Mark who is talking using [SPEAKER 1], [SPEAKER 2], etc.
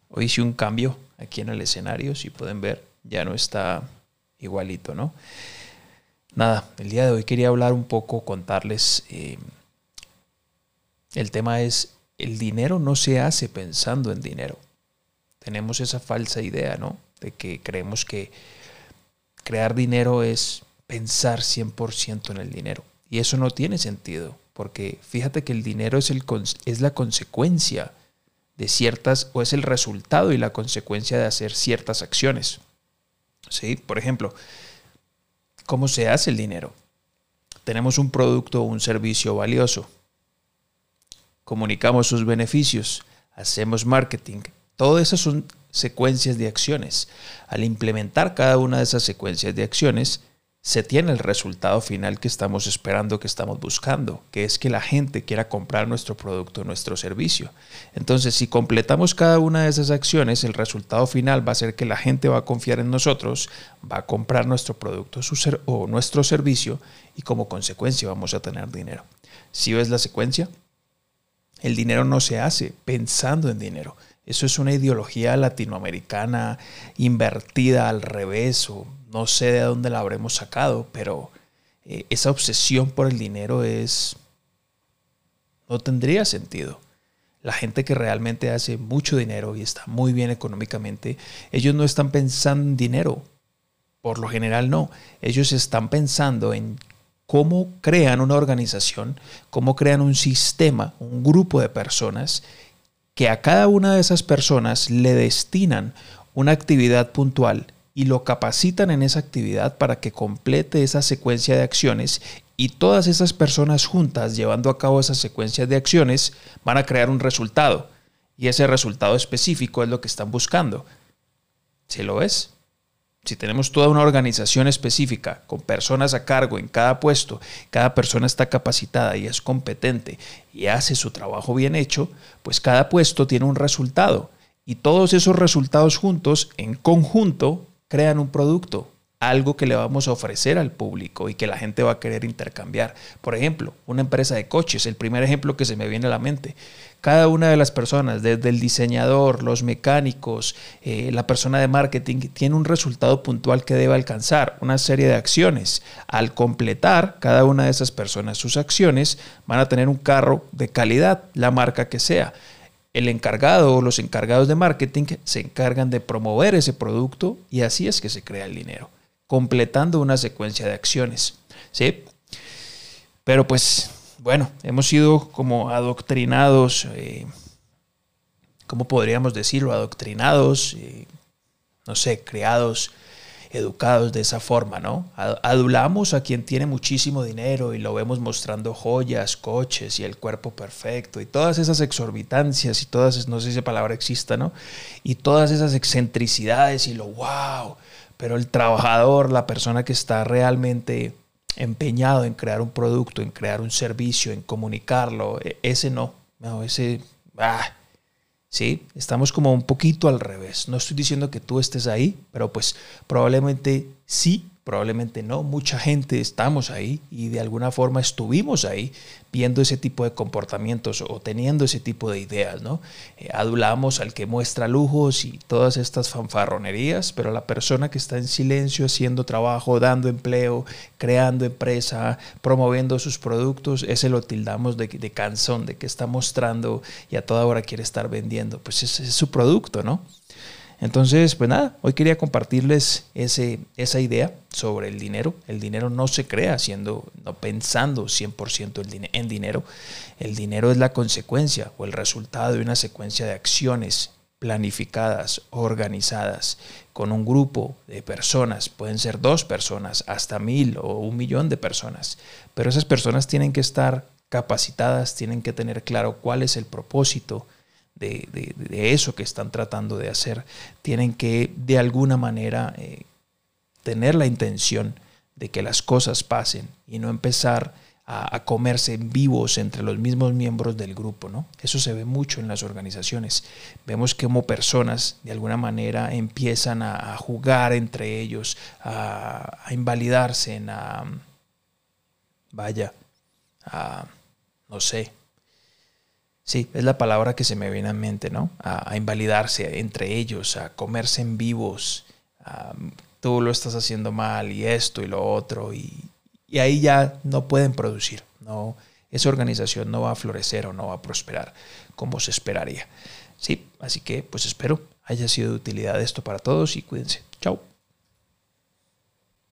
[SPEAKER 1] Hoy hice un cambio aquí en el escenario, si pueden ver, ya no está igualito, ¿no? Nada, el día de hoy quería hablar un poco, contarles, el tema es, el dinero no se hace pensando en dinero. Tenemos esa falsa idea, ¿no? De que creemos que crear dinero es pensar 100% en el dinero. Y eso no tiene sentido, porque fíjate que el dinero es la consecuencia de ciertas, o es el resultado y la consecuencia de hacer ciertas acciones. ¿Sí? Por ejemplo, ¿cómo se hace el dinero? Tenemos un producto o un servicio valioso, comunicamos sus beneficios, hacemos marketing. Todas esas son secuencias de acciones. Al implementar cada una de esas secuencias de acciones, se tiene el resultado final que estamos esperando, que estamos buscando, que es que la gente quiera comprar nuestro producto, nuestro servicio. Entonces, si completamos cada una de esas acciones, el resultado final va a ser que la gente va a confiar en nosotros, va a comprar nuestro producto o nuestro servicio y como consecuencia vamos a tener dinero. ¿Sí ves la secuencia? El dinero no se hace pensando en dinero. Eso es una ideología latinoamericana invertida al revés, o no sé de dónde la habremos sacado, pero esa obsesión por el dinero no tendría sentido. La gente que realmente hace mucho dinero y está muy bien económicamente, ellos no están pensando en dinero. Por lo general no. Ellos están pensando en cómo crean una organización, cómo crean un sistema, un grupo de personas que a cada una de esas personas le destinan una actividad puntual y lo capacitan en esa actividad para que complete esa secuencia de acciones, y todas esas personas juntas llevando a cabo esas secuencias de acciones van a crear un resultado, y ese resultado específico es lo que están buscando. ¿Sí lo ves? Si tenemos toda una organización específica con personas a cargo en cada puesto, cada persona está capacitada y es competente y hace su trabajo bien hecho, pues cada puesto tiene un resultado, y todos esos resultados juntos, en conjunto, crean un producto, algo que le vamos a ofrecer al público y que la gente va a querer intercambiar. Por ejemplo, una empresa de coches, el primer ejemplo que se me viene a la mente. Cada una de las personas, desde el diseñador, los mecánicos, la persona de marketing, tiene un resultado puntual que debe alcanzar, una serie de acciones. Al completar cada una de esas personas sus acciones, van a tener un carro de calidad, la marca que sea. El encargado o los encargados de marketing se encargan de promover ese producto, y así es que se crea el dinero, completando una secuencia de acciones. ¿Sí? Pero pues, bueno, hemos sido como adoctrinados, ¿cómo podríamos decirlo? Adoctrinados, no sé, creados, educados de esa forma, ¿no? Adulamos a quien tiene muchísimo dinero y lo vemos mostrando joyas, coches y el cuerpo perfecto y todas esas exorbitancias y todas, no sé si esa palabra exista, ¿no? Y todas esas excentricidades y lo wow. Pero el trabajador, la persona que está realmente empeñado en crear un producto, en crear un servicio, en comunicarlo, ese no, ese, sí, estamos como un poquito al revés. No estoy diciendo que tú estés ahí, pero pues probablemente sí, probablemente no. Mucha gente estamos ahí y de alguna forma estuvimos ahí viendo ese tipo de comportamientos o teniendo ese tipo de ideas, ¿no? Adulamos al que muestra lujos y todas estas fanfarronerías, pero la persona que está en silencio haciendo trabajo, dando empleo, creando empresa, promoviendo sus productos, ese lo tildamos de cansón, de que está mostrando y a toda hora quiere estar vendiendo. Pues ese es su producto, ¿no? Entonces, pues nada, hoy quería compartirles esa idea sobre el dinero. El dinero no se crea no pensando 100% en dinero. El dinero es la consecuencia o el resultado de una secuencia de acciones planificadas, organizadas, con un grupo de personas. Pueden ser 2 personas, hasta 1000 o 1.000.000 de personas. Pero esas personas tienen que estar capacitadas, tienen que tener claro cuál es el propósito de eso que están tratando de hacer. Tienen que de alguna manera tener la intención de que las cosas pasen y no empezar a comerse vivos entre los mismos miembros del grupo, ¿no? Eso se ve mucho en las organizaciones. Vemos cómo personas de alguna manera empiezan a jugar entre ellos, a invalidarse, no sé, Sí, es la palabra que se me viene a mente, ¿no? A invalidarse entre ellos, a comerse en vivos, tú lo estás haciendo mal y esto y lo otro, y ahí ya no pueden producir, no, esa organización no va a florecer o no va a prosperar como se esperaría. Sí, así que pues espero haya sido de utilidad esto para todos y cuídense. Chao.